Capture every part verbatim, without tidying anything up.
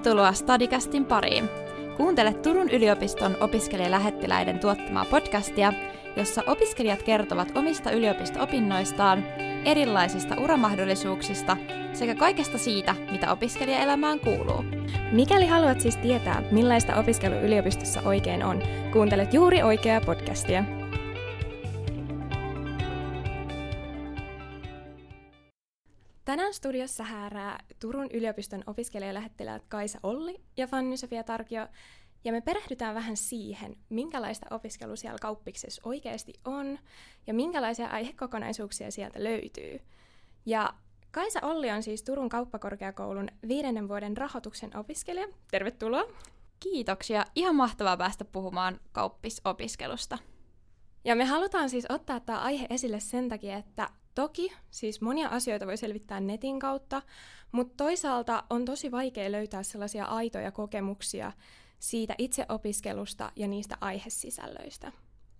Tervetuloa Stadicastin pariin. Kuuntele Turun yliopiston opiskelijalähettiläiden tuottamaa podcastia, jossa opiskelijat kertovat omista yliopisto-opinnoistaan, erilaisista uramahdollisuuksista sekä kaikesta siitä, mitä opiskelijaelämään kuuluu. Mikäli haluat siis tietää, millaista opiskelu yliopistossa oikein on, kuuntelet juuri oikeaa podcastia. Tänään studiossa häärää Turun yliopiston opiskelijalähettiläät Kaisa Olli ja Fanny-Sofia Tarkio, ja me perehdytään vähän siihen, minkälaista opiskelu siellä kauppiksessa oikeasti on, ja minkälaisia aihekokonaisuuksia sieltä löytyy. Ja Kaisa Olli on siis Turun kauppakorkeakoulun viidennen vuoden rahoituksen opiskelija. Tervetuloa! Kiitoksia. Ihan mahtavaa päästä puhumaan kauppisopiskelusta. Ja me halutaan siis ottaa tämä aihe esille sen takia, että toki siis monia asioita voi selvittää netin kautta, mutta toisaalta on tosi vaikea löytää sellaisia aitoja kokemuksia siitä itse opiskelusta ja niistä aihesisällöistä.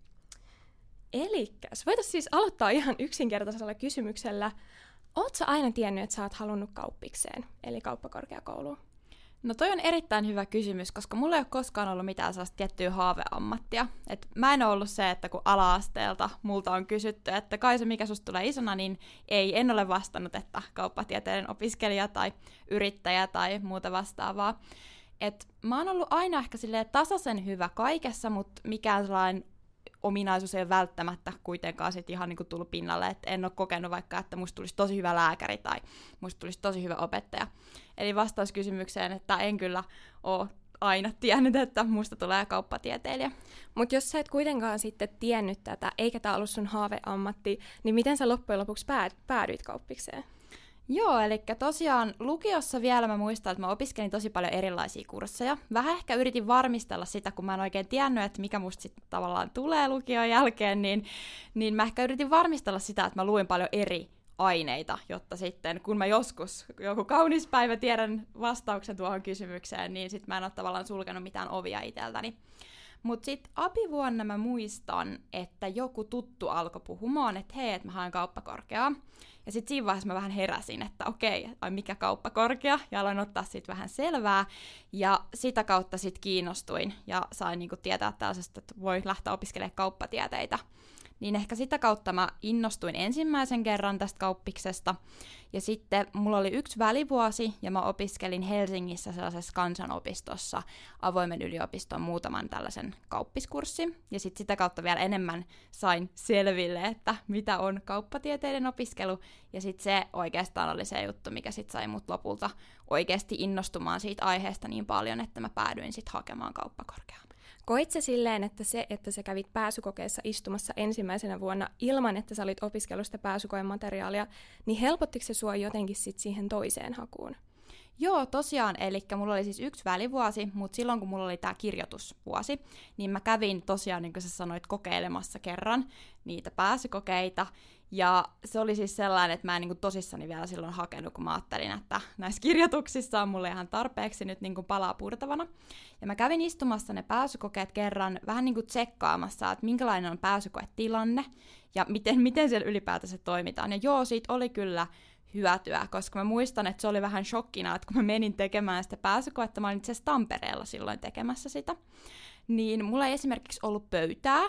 Elikkäs, voitaisiin siis aloittaa ihan yksinkertaisella kysymyksellä. Ootko sä aina tiennyt, että sä oot halunnut kauppikseen, eli kauppakorkeakouluun? No toi on erittäin hyvä kysymys, koska mulla ei ole koskaan ollut mitään sellaista tiettyä haaveammattia. Et mä en ole ollut se, että kun ala-asteelta multa on kysytty, että Kaisa, mikä susta tulee isona, niin ei, en ole vastannut, että kauppatieteiden opiskelija tai yrittäjä tai muuta vastaavaa. Et mä oon ollut aina ehkä silleen tasaisen hyvä kaikessa, mutta mikään sellainen ominaisuus ei ole välttämättä kuitenkaan sit ihan niinku tullut pinnalle, että en ole kokenut vaikka, että musta tulisi tosi hyvä lääkäri tai musta tulisi tosi hyvä opettaja. Eli vastaus kysymykseen, että en kyllä ole aina tiennyt, että musta tulee kauppatieteilijä. Mutta jos sä et kuitenkaan sitten tiennyt tätä, eikä tää ollut sun haaveammatti, niin miten sä loppujen lopuksi päädyit kauppikseen? Joo, eli tosiaan lukiossa vielä mä muistan, että mä opiskelin tosi paljon erilaisia kursseja. Vähän ehkä yritin varmistella sitä, kun mä en oikein tiennyt, että mikä musta sitten tavallaan tulee lukion jälkeen, niin, niin mä ehkä yritin varmistella sitä, että mä luin paljon eri aineita, jotta sitten kun mä joskus joku kaunis päivä tiedän vastauksen tuohon kysymykseen, niin sitten mä en ole tavallaan sulkenut mitään ovia itseltäni. Mutta sitten abivuonna mä muistan, että joku tuttu alkoi puhumaan, että hei, että mä haen kauppakorkeaa. Ja sitten siinä vaiheessa mä vähän heräsin, että okei, ai mikä kauppakorkea, ja aloin ottaa siitä vähän selvää. Ja sitä kautta sitten kiinnostuin ja sain niinku tietää tällaisesta, että voi lähteä opiskelemaan kauppatieteitä. Niin ehkä sitä kautta mä innostuin ensimmäisen kerran tästä kauppiksesta. Ja sitten mulla oli yksi välivuosi, ja mä opiskelin Helsingissä sellaisessa kansanopistossa avoimen yliopiston muutaman tällaisen kauppiskurssin. Ja sitten sitä kautta vielä enemmän sain selville, että mitä on kauppatieteiden opiskelu. Ja sitten se oikeastaan oli se juttu, mikä sitten sai mut lopulta oikeasti innostumaan siitä aiheesta niin paljon, että mä päädyin sitten hakemaan kauppakorkeaa. Koit sä silleen, että se, että sä kävit pääsykokeessa istumassa ensimmäisenä vuonna ilman, että sä olit opiskellut sitä pääsykokeen materiaalia, niin helpottiko se sua jotenkin sit siihen toiseen hakuun? Joo, tosiaan, eli mulla oli siis yksi välivuosi, mutta silloin kun mulla oli tää kirjoitusvuosi, niin mä kävin tosiaan, niin kuin sä sanoit, kokeilemassa kerran niitä pääsykokeita, ja se oli siis sellainen, että mä en niin kuin tosissani vielä silloin hakenut, kun mä ajattelin, että näissä kirjoituksissa on mulle ihan tarpeeksi nyt niin kuin palaa purtavana. Ja mä kävin istumassa ne pääsykokeet kerran vähän niin kuin tsekkaamassa, että minkälainen on pääsykoetilanne ja miten, miten siellä ylipäätänsä toimitaan. Ja joo, siitä oli kyllä hyötyä, koska mä muistan, että se oli vähän shokkina, että kun mä menin tekemään sitä pääsykoetta, mä olin itse asiassa Tampereella silloin tekemässä sitä, niin mulla ei esimerkiksi ollut pöytää,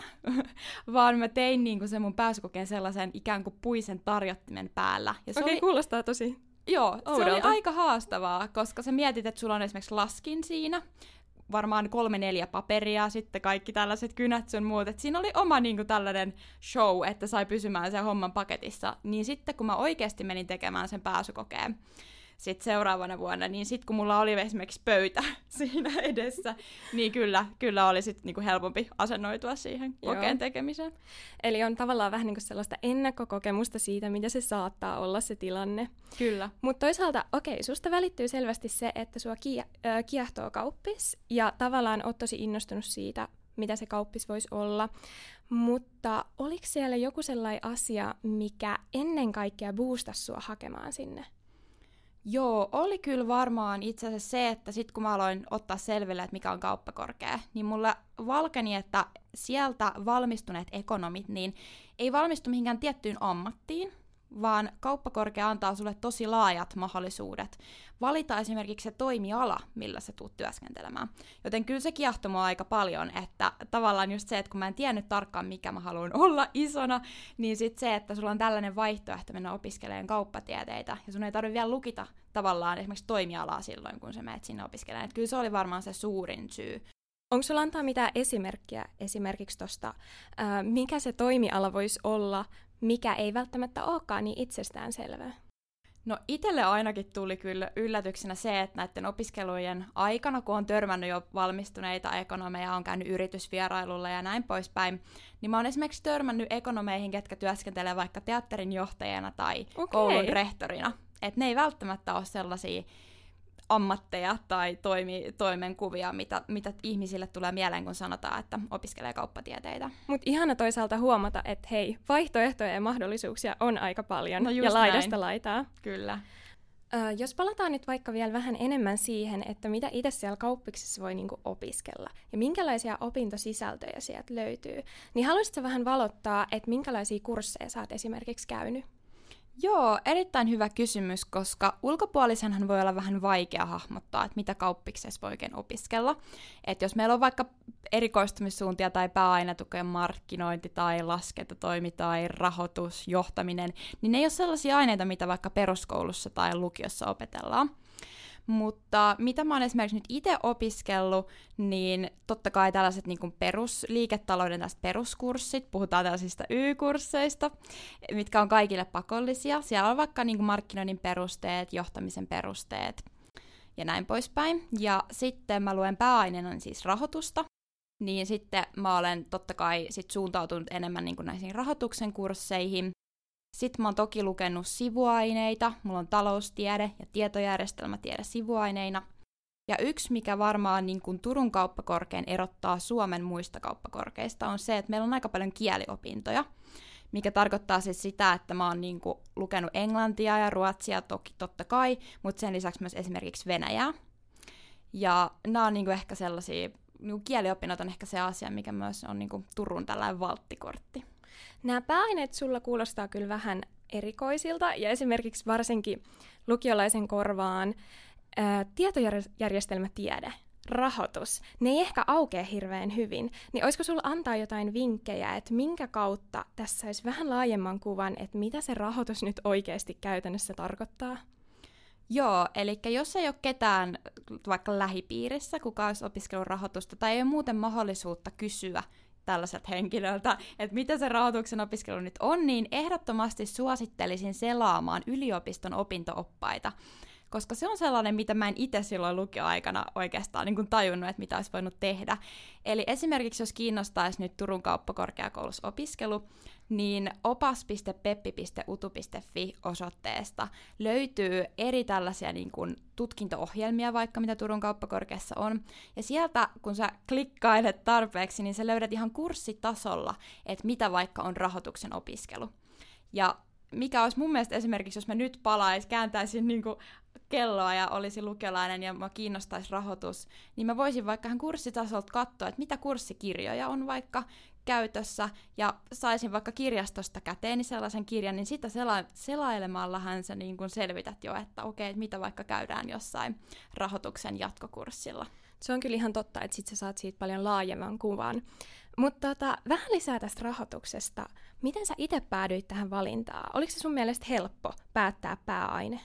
vaan mä tein niinku sen mun pääsykokeen sellaisen ikään kuin puisen tarjottimen päällä. Okei, okay, kuulostaa tosi Joo, oudolta. Se oli aika haastavaa, koska sä mietit, että sulla on esimerkiksi laskin siinä, varmaan kolme neljä paperia, sitten kaikki tällaiset kynät sun muut, että siinä oli oma niinku tällainen show, että sai pysymään sen homman paketissa, niin sitten kun mä oikeasti menin tekemään sen pääsykokeen, sitten seuraavana vuonna, niin sitten kun mulla oli esimerkiksi pöytä siinä edessä, niin kyllä, kyllä oli sitten niinku helpompi asennoitua siihen kokeen Joo. tekemiseen. Eli on tavallaan vähän niinku sellaista ennakkokokemusta siitä, mitä se saattaa olla se tilanne. Kyllä. Mutta toisaalta, okei, susta välittyy selvästi se, että sua kie- äh, kiehtoo kauppis, ja tavallaan oot tosi innostunut siitä, mitä se kauppis voisi olla. Mutta oliko siellä joku sellainen asia, mikä ennen kaikkea boostasi sua hakemaan sinne? Joo, oli kyllä varmaan itse asiassa se, että sitten kun mä aloin ottaa selville, että mikä on kauppakorkea, niin mulle valkeni, että sieltä valmistuneet ekonomit niin ei valmistu mihinkään tiettyyn ammattiin, vaan kauppakorkea antaa sulle tosi laajat mahdollisuudet valita esimerkiksi se toimiala, millä sä tuut työskentelemään. Joten kyllä se kiehtoi mua aika paljon, että tavallaan just se, että kun mä en tiennyt tarkkaan, mikä mä haluan olla isona, niin sitten se, että sulla on tällainen vaihtoehto mennä opiskelemaan kauppatieteitä, ja sun ei tarvitse vielä lukita tavallaan esimerkiksi toimialaa silloin, kun sä menet sinne opiskelemaan. Että kyllä se oli varmaan se suurin syy. Onko sulla antaa mitään esimerkkiä esimerkiksi tuosta, mikä se toimiala voisi olla, mikä ei välttämättä olekaan niin itsestäänselvää? No itselle ainakin tuli kyllä yllätyksenä se, että näiden opiskelujen aikana, kun on törmännyt jo valmistuneita ekonomeja, on käynyt yritysvierailulla ja näin poispäin, niin mä oon esimerkiksi törmännyt ekonomeihin, ketkä työskentelee vaikka teatterin johtajana tai okay. koulun rehtorina. Että ne ei välttämättä ole sellaisia ammatteja tai toimi, toimenkuvia, mitä, mitä ihmisille tulee mieleen, kun sanotaan, että opiskelee kauppatieteitä. Mutta ihana toisaalta huomata, että hei, vaihtoehtoja ja mahdollisuuksia on aika paljon no ja laidasta näin. laitaa. Kyllä. Ö, jos palataan nyt vaikka vielä vähän enemmän siihen, että mitä itse siellä kauppiksessa voi niinku opiskella ja minkälaisia opintosisältöjä sieltä löytyy, niin haluaisitko vähän valottaa, että minkälaisia kursseja sä oot esimerkiksi käynyt? Joo, erittäin hyvä kysymys, koska ulkopuolisenhan voi olla vähän vaikea hahmottaa, että mitä kauppiksessa voi oikein opiskella. Että jos meillä on vaikka erikoistumissuuntia tai pääainetukojen markkinointi tai laskentatoimi tai rahoitus, johtaminen, niin ne ei ole sellaisia aineita, mitä vaikka peruskoulussa tai lukiossa opetellaan. Mutta mitä mä oon esimerkiksi nyt itse opiskellut, niin totta kai tällaiset niin kuin perusliiketalouden tällaiset peruskurssit, puhutaan tällaisista Y-kursseista, mitkä on kaikille pakollisia. Siellä on vaikka niin kuin markkinoinnin perusteet, johtamisen perusteet ja näin poispäin. Ja sitten mä luen pääaineena siis rahoitusta, niin sitten mä olen totta kai sit suuntautunut enemmän niin kuin näihin rahoituksen kursseihin. Sitten mä oon toki lukenut sivuaineita, mulla on taloustiede ja tietojärjestelmätiede sivuaineina. Ja yksi, mikä varmaan niin kuin Turun kauppakorkean erottaa Suomen muista kauppakorkeista, on se, että meillä on aika paljon kieliopintoja, mikä tarkoittaa siis sitä, että mä oon niin kuin lukenut englantia ja ruotsia toki totta kai, mutta sen lisäksi myös esimerkiksi venäjää. Ja nämä on niin kuin ehkä sellaisia, niin kuin kieliopinnot on ehkä se asia, mikä myös on niin kuin Turun tällainen valttikortti. Nämä pääaineet sulla kuulostaa kyllä vähän erikoisilta, ja esimerkiksi varsinkin lukiolaisen korvaan ää, tietojärjestelmätiede, rahoitus, ne ei ehkä aukea hirveän hyvin. Niin olisiko sulla antaa jotain vinkkejä, että minkä kautta tässä olisi vähän laajemman kuvan, että mitä se rahoitus nyt oikeasti käytännössä tarkoittaa? Joo, eli jos ei ole ketään vaikka lähipiirissä, kuka olisi opiskellut rahoitusta, tai ei ole muuten mahdollisuutta kysyä tällaiselta henkilöltä, että mitä se rahoituksen opiskelu nyt on, niin ehdottomasti suosittelisin selaamaan yliopiston opinto-oppaita, koska se on sellainen, mitä mä en itse silloin lukioaikana oikeastaan niin kuin tajunnut, että mitä olisi voinut tehdä. Eli esimerkiksi jos kiinnostaisi nyt Turun kauppakorkeakoulussa opiskelu, niin opas piste peppi piste utu piste fi osoitteesta löytyy eri tällaisia niin kuin tutkinto-ohjelmia, vaikka mitä Turun kauppakorkeassa on. Ja sieltä, kun sä klikkailet tarpeeksi, niin sä löydät ihan kurssitasolla, että mitä vaikka on rahoituksen opiskelu. Ja mikä olisi mun mielestä esimerkiksi, jos mä nyt palaisin, kääntäisin niin kuin kelloa ja olisin lukiolainen ja mä kiinnostaisi rahoitus, niin mä voisin vaikka ihan kurssitasolta katsoa, että mitä kurssikirjoja on vaikka käytössä, ja saisin vaikka kirjastosta käteeni sellaisen kirjan, niin sitä sela- selailemallahan sä niin kun selvität jo, että okei, että mitä vaikka käydään jossain rahoituksen jatkokurssilla. Se on kyllä ihan totta, että sit sä saat siitä paljon laajemman kuvan. Mutta tota, vähän lisää tästä rahoituksesta. Miten sä itse päädyit tähän valintaan? Oliko se sun mielestä helppo päättää pääaine?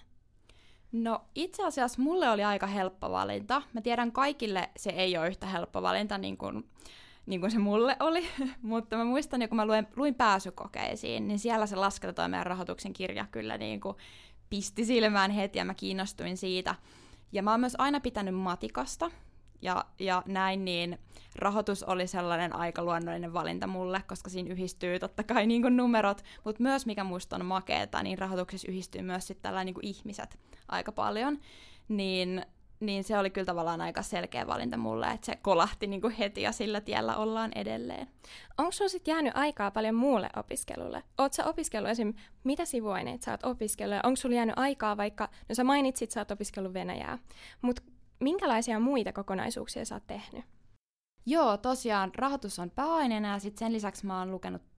No itse asiassa mulle oli aika helppo valinta. Mä tiedän, kaikille se ei ole yhtä helppo valinta, niin kuin niin kuin se mulle oli, mutta mä muistan, kun mä luin, luin pääsykokeisiin, niin siellä se laskentatoimen rahoituksen kirja kyllä niin kuin pisti silmään heti ja mä kiinnostuin siitä. Ja mä oon myös aina pitänyt matikasta ja, ja näin, niin rahoitus oli sellainen aika luonnollinen valinta mulle, koska siinä yhdistyy totta kai niin kuin numerot, mutta myös mikä musta on makeeta, niin rahoituksessa yhdistyy myös sitten tällainen niin kuin ihmiset aika paljon, niin niin se oli kyllä tavallaan aika selkeä valinta mulle, että se kolahti niin kuin heti ja sillä tiellä ollaan edelleen. Onko sinulla sitten jäänyt aikaa paljon muulle opiskelulle? Oletko sä opiskellut esim. Mitä sivuaineita sä oot opiskellut? Onko sinulla jäänyt aikaa vaikka, no sä mainitsit, että sä oot opiskellut venäjää, mutta minkälaisia muita kokonaisuuksia sä oot tehnyt? Joo, tosiaan rahoitus on pääaineena ja sitten sen lisäksi mä oon lukenut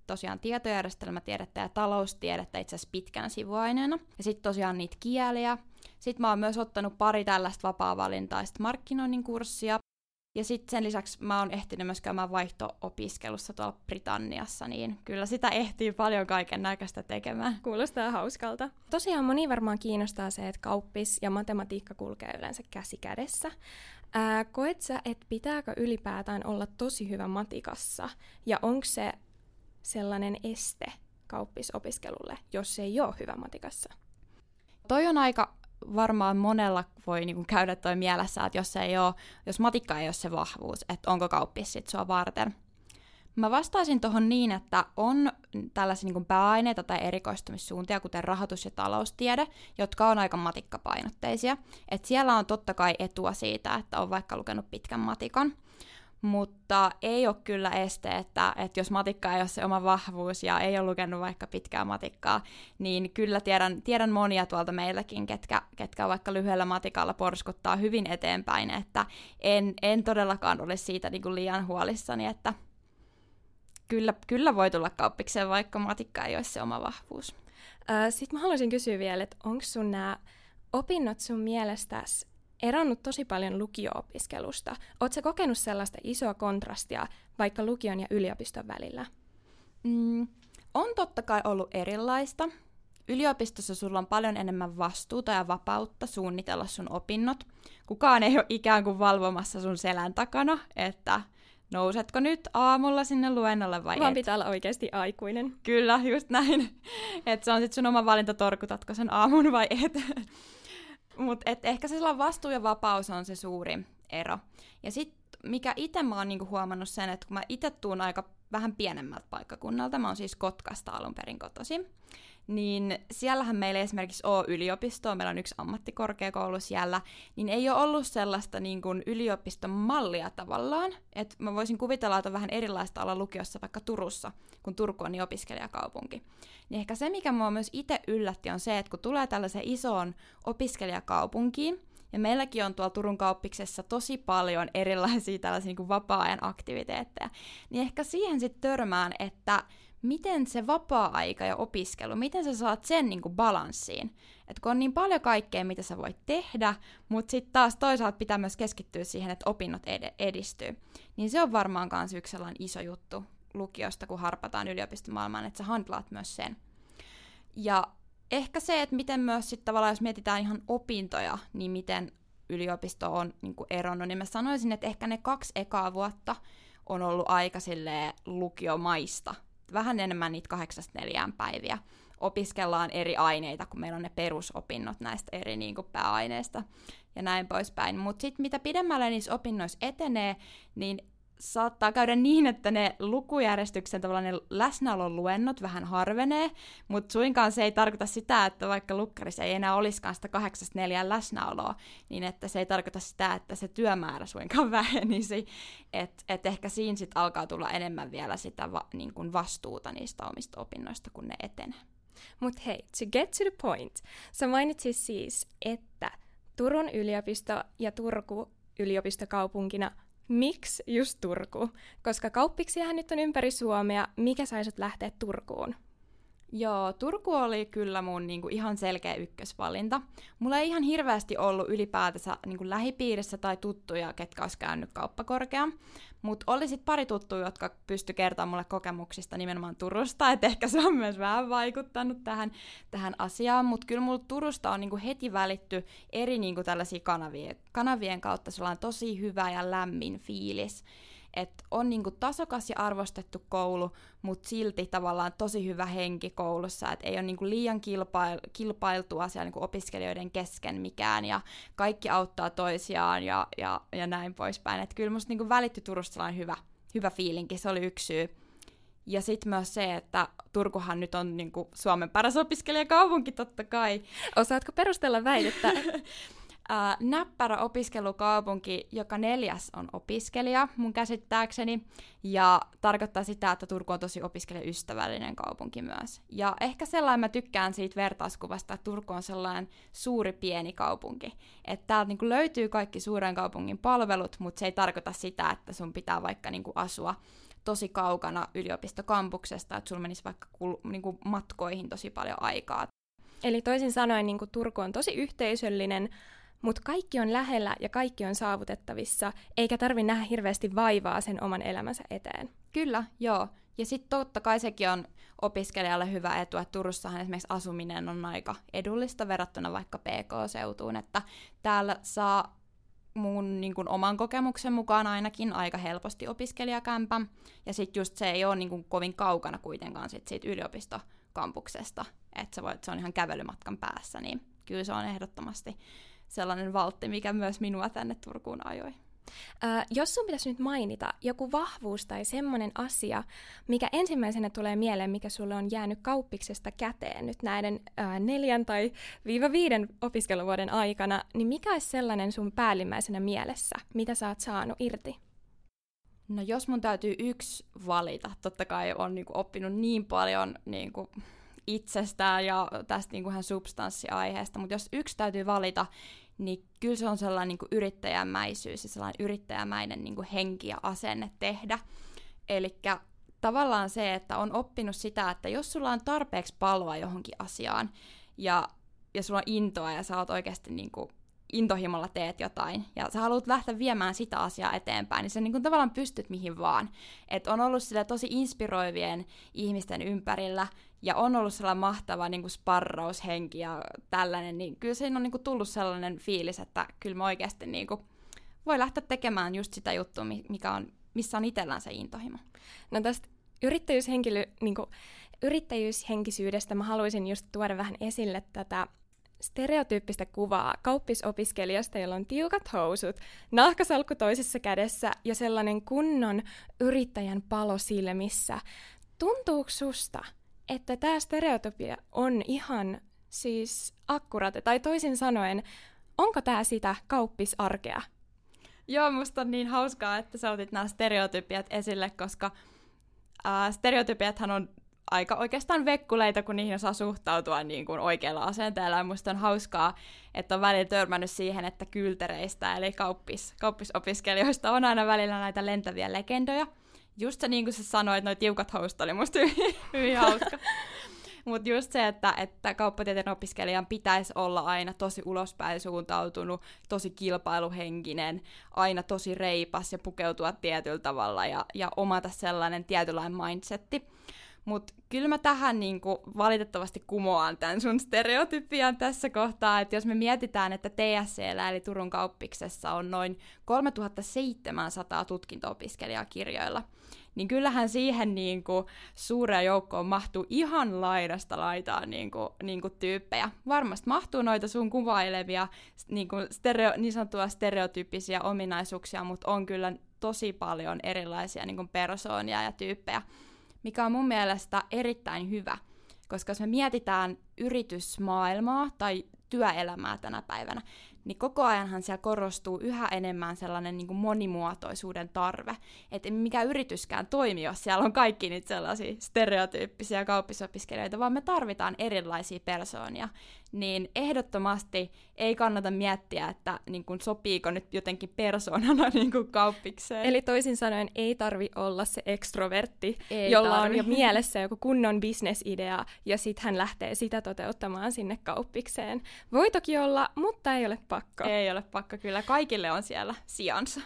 tosiaan tietojärjestelmätiedettä ja taloustiedettä itse asiassa pitkänä sivuaineena. Ja sitten tosiaan niitä kieliä. Sitten mä oon myös ottanut pari tällaista vapaa-valintaista markkinoinnin kurssia. Ja sitten sen lisäksi mä oon ehtinyt myös käymään vaihto-opiskelussa tuolla Britanniassa, niin kyllä sitä ehtii paljon kaiken näköistä tekemään. Kuulostaa hauskalta. Tosiaan moni varmaan kiinnostaa se, että kauppis ja matematiikka kulkee yleensä käsi kädessä. Ää, koet sä, että pitääkö ylipäätään olla tosi hyvä matikassa? Ja onko se sellainen este kauppisopiskelulle, jos ei ole hyvä matikassa? Toi on aika varmaan monella voi niinku käydä toi mielessä, että jos, ei ole, jos matikka ei ole se vahvuus, että onko kauppis sit sua varten. Mä vastaisin tuohon niin, että on tällaisia niinku pääaineita tai erikoistumissuuntia, kuten rahoitus- ja taloustiede, jotka on aika matikkapainotteisia. Et siellä on totta kai etua siitä, että on vaikka lukenut pitkän matikan, mutta ei ole kyllä este, että, että jos matikka ei ole se oma vahvuus ja ei ole lukenut vaikka pitkää matikkaa, niin kyllä tiedän, tiedän monia tuolta meilläkin, ketkä, ketkä vaikka lyhyellä matikalla porskuttaa hyvin eteenpäin, että en, en todellakaan ole siitä niin kuin liian huolissani, että kyllä, kyllä voi tulla kauppikseen, vaikka matikka ei ole se oma vahvuus. Sitten mä haluaisin kysyä vielä, että onko sun nämä opinnot sun mielestäsi eronnut tosi paljon lukio-opiskelusta? Ootko sä kokenut sellaista isoa kontrastia vaikka lukion ja yliopiston välillä? Mm, on totta kai ollut erilaista. Yliopistossa sulla on paljon enemmän vastuuta ja vapautta suunnitella sun opinnot. Kukaan ei ole ikään kuin valvomassa sun selän takana, että nousetko nyt aamulla sinne luennolle vai Vaan et? pitää olla oikeasti aikuinen. Kyllä, just näin. Että se on sitten sun oma valinta, torkutatko sen aamun vai et. Mutta ehkä se vastuu ja vapaus on se suuri ero. Ja sitten mikä itse mä oon niinku huomannut sen, että kun mä itse tuun aika vähän pienemmältä paikkakunnalta, mä oon siis Kotkasta alun perin kotoisin, niin siellähän meillä esimerkiksi ole yliopistoa, meillä on yksi ammattikorkeakoulu siellä, niin ei ole ollut sellaista niin kuin yliopiston mallia tavallaan, että mä voisin kuvitella, että on vähän erilaista olla lukiossa vaikka Turussa, kun Turku on niin opiskelijakaupunki. Niin ehkä se, mikä mua myös itse yllätti, on se, että kun tulee tällaiseen isoon opiskelijakaupunkiin, ja meilläkin on tuolla Turun kauppiksessa tosi paljon erilaisia tällaisia niin kuin vapaa-ajan aktiviteetteja, niin ehkä siihen sitten törmään, että miten se vapaa-aika ja opiskelu, miten sä saat sen niin kuin balanssiin. Että kun on niin paljon kaikkea, mitä sä voit tehdä, mutta sitten taas toisaalta pitää myös keskittyä siihen, että opinnot ed- edistyy. Niin se on varmaan myös yksi sellainen iso juttu lukiosta, kun harpataan yliopistomaailmaan, että sä handlaat myös sen. Ja ehkä se, että miten myös sitten tavallaan, jos mietitään ihan opintoja, niin miten yliopisto on niin kuin eronnut, niin mä sanoisin, että ehkä ne kaksi ekaa vuotta on ollut aika silleen lukiomaista. Vähän enemmän niitä kahdeksasta neljään päiviä. Opiskellaan eri aineita, kun meillä on ne perusopinnot näistä eri niin kuin pääaineista ja näin poispäin. Mutta sitten mitä pidemmälle niissä opinnoissa etenee, niin saattaa käydä niin, että ne lukujärjestyksen tavallaan ne läsnäolon luennot vähän harvenee, mutta suinkaan se ei tarkoita sitä, että vaikka lukkarissa ei enää olisikaan sitä kahdeksasta neljään läsnäoloa, niin että se ei tarkoita sitä, että se työmäärä suinkaan vähenisi, että et ehkä siinä sit alkaa tulla enemmän vielä sitä va, niin kuin vastuuta niistä omista opinnoista, kun ne etenee. Mut hei, to get to the point. Sä mainitsit siis, että Turun yliopisto ja Turku yliopistokaupunkina. Miksi just Turku? Koska kauppiksiahan nyt on ympäri Suomea. Mikä sai sut lähteä Turkuun? Joo, Turku oli kyllä mun niinku ihan selkeä ykkösvalinta. Mulla ei ihan hirveästi ollut ylipäätänsä niinku lähipiirissä tai tuttuja, ketkä olisi käynyt kauppakorkeaan. Mutta oli sit pari tuttua, jotka pysty kertomaan mulle kokemuksista nimenomaan Turusta, että ehkä se on myös vähän vaikuttanut tähän, tähän asiaan. Mutta kyllä mulla Turusta on niinku heti välitty eri niinku tällaisia kanavia, kanavien kautta sellainen tosi hyvä ja lämmin fiilis. Että on niinku tasokas ja arvostettu koulu, mutta silti tavallaan tosi hyvä henki koulussa, että ei ole niinku liian kilpail- kilpailtua siellä niinku opiskelijoiden kesken mikään, ja kaikki auttaa toisiaan ja, ja, ja näin poispäin. Että kyllä musta niinku välittyi Turusta sellainen hyvä, hyvä fiilinki, se oli yksi syy. Ja sitten myös se, että Turkuhan nyt on niinku Suomen paras opiskelijakaupunki totta kai. Osaatko perustella väitettä? Äh, näppärä opiskelukaupunki, joka neljäs on opiskelija mun käsittääkseni, ja tarkoittaa sitä, että Turku on tosi opiskelijaystävällinen kaupunki myös. Ja ehkä sellainen mä tykkään siitä vertauskuvasta, että Turku on sellainen suuri pieni kaupunki. Että täältä niinku löytyy kaikki suuren kaupungin palvelut, mutta se ei tarkoita sitä, että sun pitää vaikka niinku asua tosi kaukana yliopistokampuksesta, että sulla menisi vaikka kul- niin kuin matkoihin tosi paljon aikaa. Eli toisin sanoen niin kuin Turku on tosi yhteisöllinen, mutta kaikki on lähellä ja kaikki on saavutettavissa, eikä tarvitse nähdä hirveästi vaivaa sen oman elämänsä eteen. Kyllä, joo. Ja sitten totta kai sekin on opiskelijalle hyvä etu, että Turussahan esimerkiksi asuminen on aika edullista verrattuna vaikka P K-seutuun, että täällä saa mun niin kuin oman kokemuksen mukaan ainakin aika helposti opiskelijakämpän, ja sitten just se ei ole niin kuin kovin kaukana kuitenkaan sit siitä yliopistokampuksesta, että se, se on ihan kävelymatkan päässä, niin kyllä se on ehdottomasti sellainen valtti, mikä myös minua tänne Turkuun ajoi. Äh, jos sun pitäisi nyt mainita joku vahvuus tai semmoinen asia, mikä ensimmäisenä tulee mieleen, mikä sulle on jäänyt kauppiksesta käteen nyt näiden äh, neljän tai viiva viiden opiskeluvuoden aikana, niin mikä olisi sellainen sun päällimmäisenä mielessä, mitä sä oot saanut irti? No jos mun täytyy yksi valita, totta kai on niinku oppinut niin paljon niinku itsestään ja tästä niinku ihan substanssiaiheesta, mutta jos yksi täytyy valita, niin kyllä se on sellainen niin kuin yrittäjämäisyys ja sellainen yrittäjämäinen niin kuin henki ja asenne tehdä. Eli tavallaan se, että on oppinut sitä, että jos sulla on tarpeeksi paloa johonkin asiaan ja, ja sulla on intoa ja sä oot oikeasti niin kuin intohimolla teet jotain ja sä haluat lähteä viemään sitä asiaa eteenpäin, niin sä niin kuin tavallaan pystyt mihin vaan. Et on ollut sillä tosi inspiroivien ihmisten ympärillä ja on ollut sellainen mahtava niin kuin sparraushenki ja tällainen, niin kyllä siinä on niin kuin tullut sellainen fiilis, että kyllä mä oikeasti niin kuin voi lähteä tekemään just sitä juttua, mikä on, missä on itsellään se intohimo. No tästä yrittäjyyshenkily, niin kuin yrittäjyyshenkisyydestä mä haluaisin just tuoda vähän esille tätä stereotyyppistä kuvaa kauppisopiskelijasta, jolla on tiukat housut, nahkasalkku toisessa kädessä ja sellainen kunnon yrittäjän palo silmissä. Tuntuuko susta, että tämä stereotypia on ihan siis akkuraate, tai toisin sanoen, onko tämä sitä kauppisarkea? Joo, musta on niin hauskaa, että sä otit nämä stereotypiat esille, koska ää, stereotypiathan on aika oikeastaan vekkuleita, kun niihin osaa suhtautua niin kuin oikealla asenteella. Ja musta on hauskaa, että on välillä törmännyt siihen, että kyltereistä, eli kauppis, kauppisopiskelijoista on aina välillä näitä lentäviä legendoja. Just se, niin kuin sä sanoit, noi tiukat housut oli musta hyvin, hyvin hauska. Mutta just se, että, että kauppatieteen opiskelijan pitäisi olla aina tosi ulospäin suuntautunut, tosi kilpailuhenkinen, aina tosi reipas ja pukeutua tietyllä tavalla ja, ja omata sellainen tietynlainen mindsetti. Mutta kyllä mä tähän niinku valitettavasti kumoan tämän sun stereotypian tässä kohtaa, että jos me mietitään, että T S C:llä eli Turun kauppiksessa on noin kolmetuhattaseitsemänsataa tutkinto-opiskelijaa kirjoilla, niin kyllähän siihen niinku suureen joukkoon mahtuu ihan laidasta laitaan niinku, niinku tyyppejä. Varmasti mahtuu noita sun kuvailevia niinku stereo, niin sanottua stereotyyppisiä ominaisuuksia, mutta on kyllä tosi paljon erilaisia niinku persoonia ja tyyppejä, mikä on mun mielestä erittäin hyvä, koska jos me mietitään yritysmaailmaa tai työelämää tänä päivänä, niin koko ajanhan siellä korostuu yhä enemmän sellainen niin kuin monimuotoisuuden tarve, että mikä yrityskään toimi, jos siellä on kaikki niitä sellaisia stereotyyppisiä kauppisopiskelijoita, vaan me tarvitaan erilaisia persoonia, niin ehdottomasti ei kannata miettiä, että niin kuin, sopiiko nyt jotenkin persoonana niin kuin kauppikseen. Eli toisin sanoen ei tarvi olla se ekstrovertti, ei jolla tarvi. on jo mielessä joku kunnon bisnesidea, ja sitten hän lähtee sitä toteuttamaan sinne kauppikseen. Voi toki olla, mutta ei ole pakko. Ei ole pakko, kyllä. Kaikille on siellä sijansa.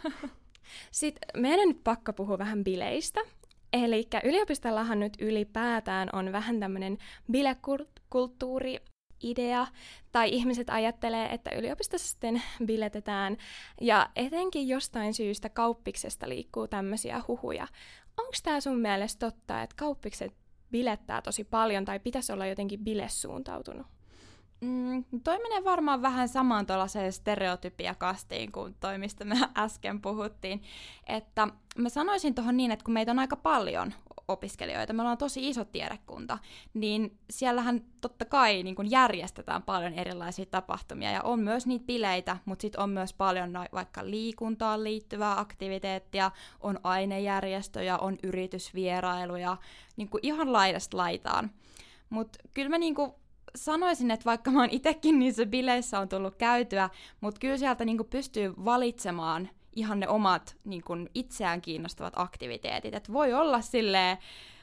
Sitten meidän on nyt pakko puhua vähän bileistä. Eli yliopistollahan nyt ylipäätään on vähän tämmöinen bilekulttuuri, idea, tai ihmiset ajattelee, että yliopistossa sitten biletetään, ja etenkin jostain syystä kauppiksesta liikkuu tämmöisiä huhuja. Onko tämä sun mielestä totta, että kauppikset bilettää tosi paljon, tai pitäisi olla jotenkin bilesuuntautunut? Mm, toi menee varmaan vähän samaan tuollaiseen stereotypiakastiin kuin toi, mistä me äsken puhuttiin. Että mä sanoisin tuohon niin, että kun meitä on aika paljon opiskelijoita, me ollaan tosi iso tiedekunta, niin siellähän totta kai niin kun järjestetään paljon erilaisia tapahtumia ja on myös niitä bileitä, mutta sitten on myös paljon no, vaikka liikuntaan liittyvää aktiviteettia, on ainejärjestöjä, on yritysvierailuja, niin kuin ihan laidasta laitaan. Mutta kyllä mä niin kuin sanoisin, että vaikka mä oon itsekin niissä bileissä on tullut käytyä, mutta kyllä sieltä niin kuin pystyy valitsemaan ihan ne omat niin kun itseään kiinnostavat aktiviteetit. Et voi olla silleen,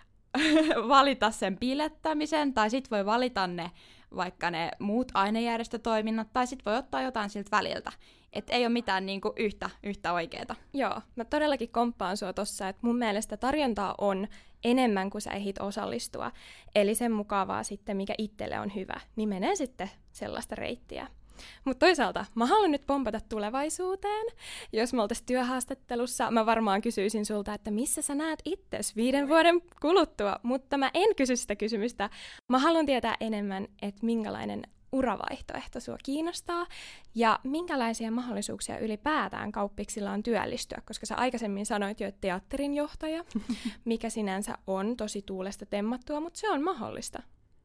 valita sen bilettämisen, tai sit voi valita ne vaikka ne muut ainejärjestötoiminnat, tai sit voi ottaa jotain siltä väliltä. Et ei ole mitään niinku yhtä, yhtä oikeeta. Joo, mä todellakin komppaan sua tossa, että mun mielestä tarjontaa on enemmän kuin sä ehdit osallistua. Eli sen mukaan vaan sitten, mikä itselle on hyvä, niin menee sitten sellaista reittiä. Mutta toisaalta mä haluan nyt pompata tulevaisuuteen. Jos me oltaisiin työhaastattelussa, mä varmaan kysyisin sulta, että missä sä näet itses viiden vuoden kuluttua, mutta mä en kysy sitä kysymystä. Mä haluan tietää enemmän, että minkälainen uravaihtoehto sua kiinnostaa ja minkälaisia mahdollisuuksia ylipäätään kauppiksilla on työllistyä, koska sä aikaisemmin sanoit jo, että teatterin johtaja, mikä sinänsä on tosi tuulesta temmattua, mutta se on mahdollista.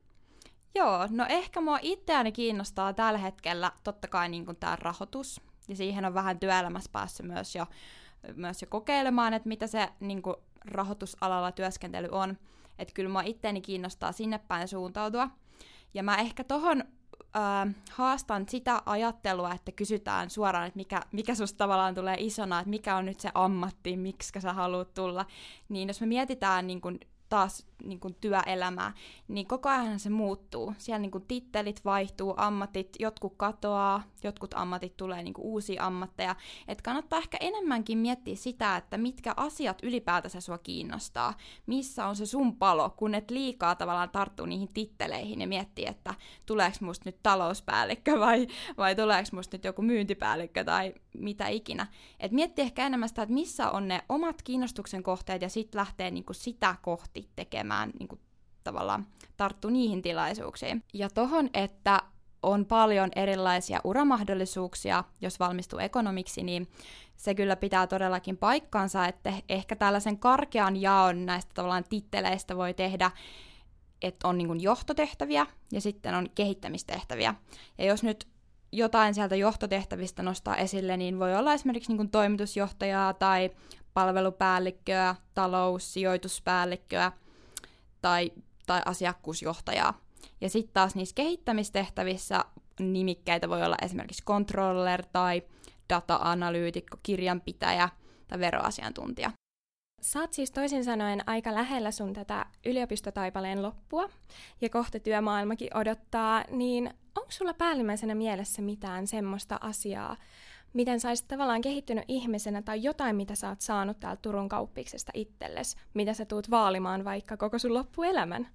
Joo, no ehkä mua itseäni kiinnostaa tällä hetkellä totta kai niin kuin tämä rahoitus, ja siihen on vähän työelämässä päässyt myös jo, myös jo kokeilemaan, että mitä se niin kuin rahoitusalalla työskentely on. Että kyllä mua itseäni kiinnostaa sinne päin suuntautua. Ja mä ehkä tohon äh, haastan sitä ajattelua, että kysytään suoraan, että mikä, mikä susta tavallaan tulee isona, että mikä on nyt se ammatti, miksi sä haluat tulla. Niin jos me mietitään niin kun taas niin kun työelämää, niin koko ajan se muuttuu. Siellä niin kun tittelit vaihtuu, ammatit, jotkut katoaa, jotkut ammatit tulee niin kun uusia ammatteja. Et kannattaa ehkä enemmänkin miettiä sitä, että mitkä asiat ylipäätänsä sua kiinnostaa. Missä on se sun palo, kun et liikaa tavallaan tarttuu niihin titteleihin ja miettii, että tuleeko musta nyt talouspäällikkö vai, vai tuleeko musta nyt joku myyntipäällikkö tai mitä ikinä. Et miettii ehkä enemmän sitä, että missä on ne omat kiinnostuksen kohteet ja sitten lähtee niin kun sitä kohti tekemään, niin kuin tavallaan tarttu niihin tilaisuuksiin. Ja tohon, että on paljon erilaisia uramahdollisuuksia, jos valmistuu ekonomiksi, niin se kyllä pitää todellakin paikkansa, että ehkä tällaisen karkean jaon näistä tavallaan titteleistä voi tehdä, että on niin kuin johtotehtäviä ja sitten on kehittämistehtäviä. Ja jos nyt jotain sieltä johtotehtävistä nostaa esille, niin voi olla esimerkiksi niin kuin toimitusjohtajaa tai palvelupäällikköä, talous-, sijoituspäällikköä tai, tai asiakkuusjohtajaa. Ja sitten taas niissä kehittämistehtävissä nimikkeitä voi olla esimerkiksi controller tai data-analyytikko, kirjanpitäjä tai veroasiantuntija. Sä oot siis toisin sanoen aika lähellä sun tätä yliopistotaipaleen loppua ja kohta työmaailmakin odottaa, niin onko sulla päällimmäisenä mielessä mitään semmoista asiaa, miten sä olisit tavallaan kehittynyt ihmisenä tai jotain, mitä sä oot saanut täältä Turun kauppiksesta itsellesi, mitä sä tuut vaalimaan vaikka koko sun loppuelämän?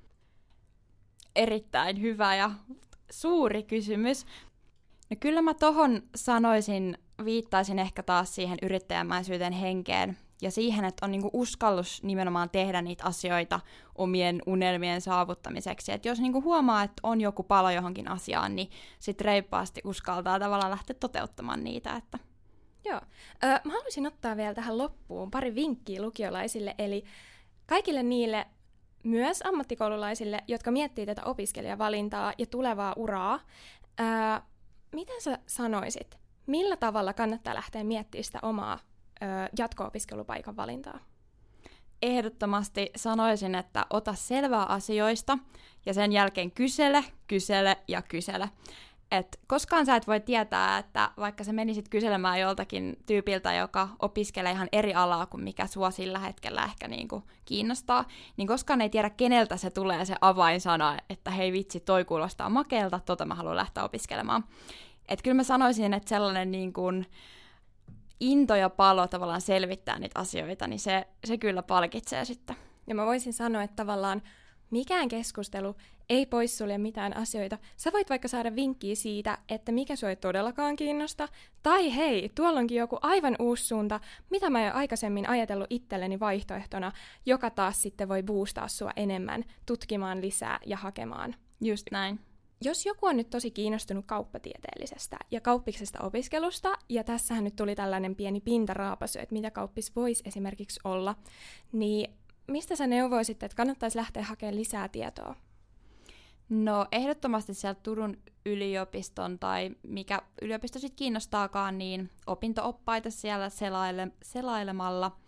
Erittäin hyvä ja suuri kysymys. No kyllä mä tohon sanoisin, viittaisin ehkä taas siihen yrittäjämäisyyden henkeen ja siihen, että on niinku uskallus nimenomaan tehdä niitä asioita omien unelmien saavuttamiseksi. Et jos niinku huomaa, että on joku palo johonkin asiaan, niin sit reippaasti uskaltaa tavallaan lähteä toteuttamaan niitä. Että. Joo. Öö, mä haluaisin ottaa vielä tähän loppuun pari vinkkiä lukiolaisille, eli kaikille niille myös ammattikoululaisille, jotka miettii tätä opiskelijavalintaa ja tulevaa uraa. Öö, miten sä sanoisit, millä tavalla kannattaa lähteä miettimään sitä omaa jatko-opiskelupaikan valintaa? Ehdottomasti sanoisin, että ota selvää asioista ja sen jälkeen kysele, kysele ja kysele. Et koskaan sä et voi tietää, että vaikka sä menisit kyselemään joltakin tyypiltä, joka opiskelee ihan eri alaa kuin mikä sua sillä hetkellä ehkä niinku kiinnostaa, niin koskaan ei tiedä, keneltä se tulee se avainsana, että hei vitsi, toi kuulostaa makeelta, tota mä haluan lähteä opiskelemaan. Et kyllä mä sanoisin, että sellainen niin kuin into ja palo tavallaan selvittää niitä asioita, niin se, se kyllä palkitsee sitten. Ja mä voisin sanoa, että tavallaan mikään keskustelu ei poissulje mitään asioita. Sä voit vaikka saada vinkkiä siitä, että mikä sua ei todellakaan kiinnosta, tai hei, tuolla onkin joku aivan uusi suunta, mitä mä jo aikaisemmin ajatellut itselleni vaihtoehtona, joka taas sitten voi boostaa sua enemmän tutkimaan lisää ja hakemaan. Just näin. Jos joku on nyt tosi kiinnostunut kauppatieteellisestä ja kauppiksesta opiskelusta, ja tässähän nyt tuli tällainen pieni pintaraapasu, että mitä kauppis voisi esimerkiksi olla, niin mistä sä neuvoisit, että kannattaisi lähteä hakemaan lisää tietoa? No ehdottomasti sieltä Turun yliopiston tai mikä yliopisto sitten kiinnostaakaan, niin opinto-oppaita siellä selaile, selailemalla.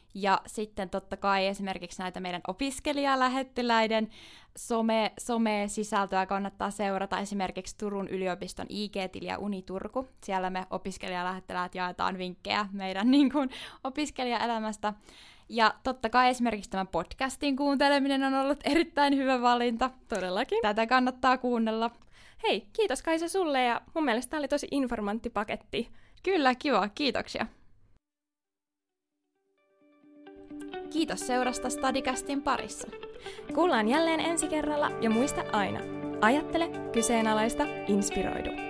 Ja sitten totta kai esimerkiksi näitä meidän opiskelijalähettiläiden some, some-sisältöä kannattaa seurata, esimerkiksi Turun yliopiston I G-tiliä Uniturku. Siellä me opiskelijalähettiläät jaetaan vinkkejä meidän niin kuin, opiskelijaelämästä. Ja totta kai esimerkiksi tämän podcastin kuunteleminen on ollut erittäin hyvä valinta. Todellakin. Tätä kannattaa kuunnella. Hei, kiitos Kaisa sulle ja mun mielestä tämä oli tosi informantti paketti. Kyllä, kiva. Kiitoksia. Kiitos seurasta Stadicastin parissa. Kuullaan jälleen ensi kerralla ja muista aina. Ajattele, kyseenalaista, inspiroidu.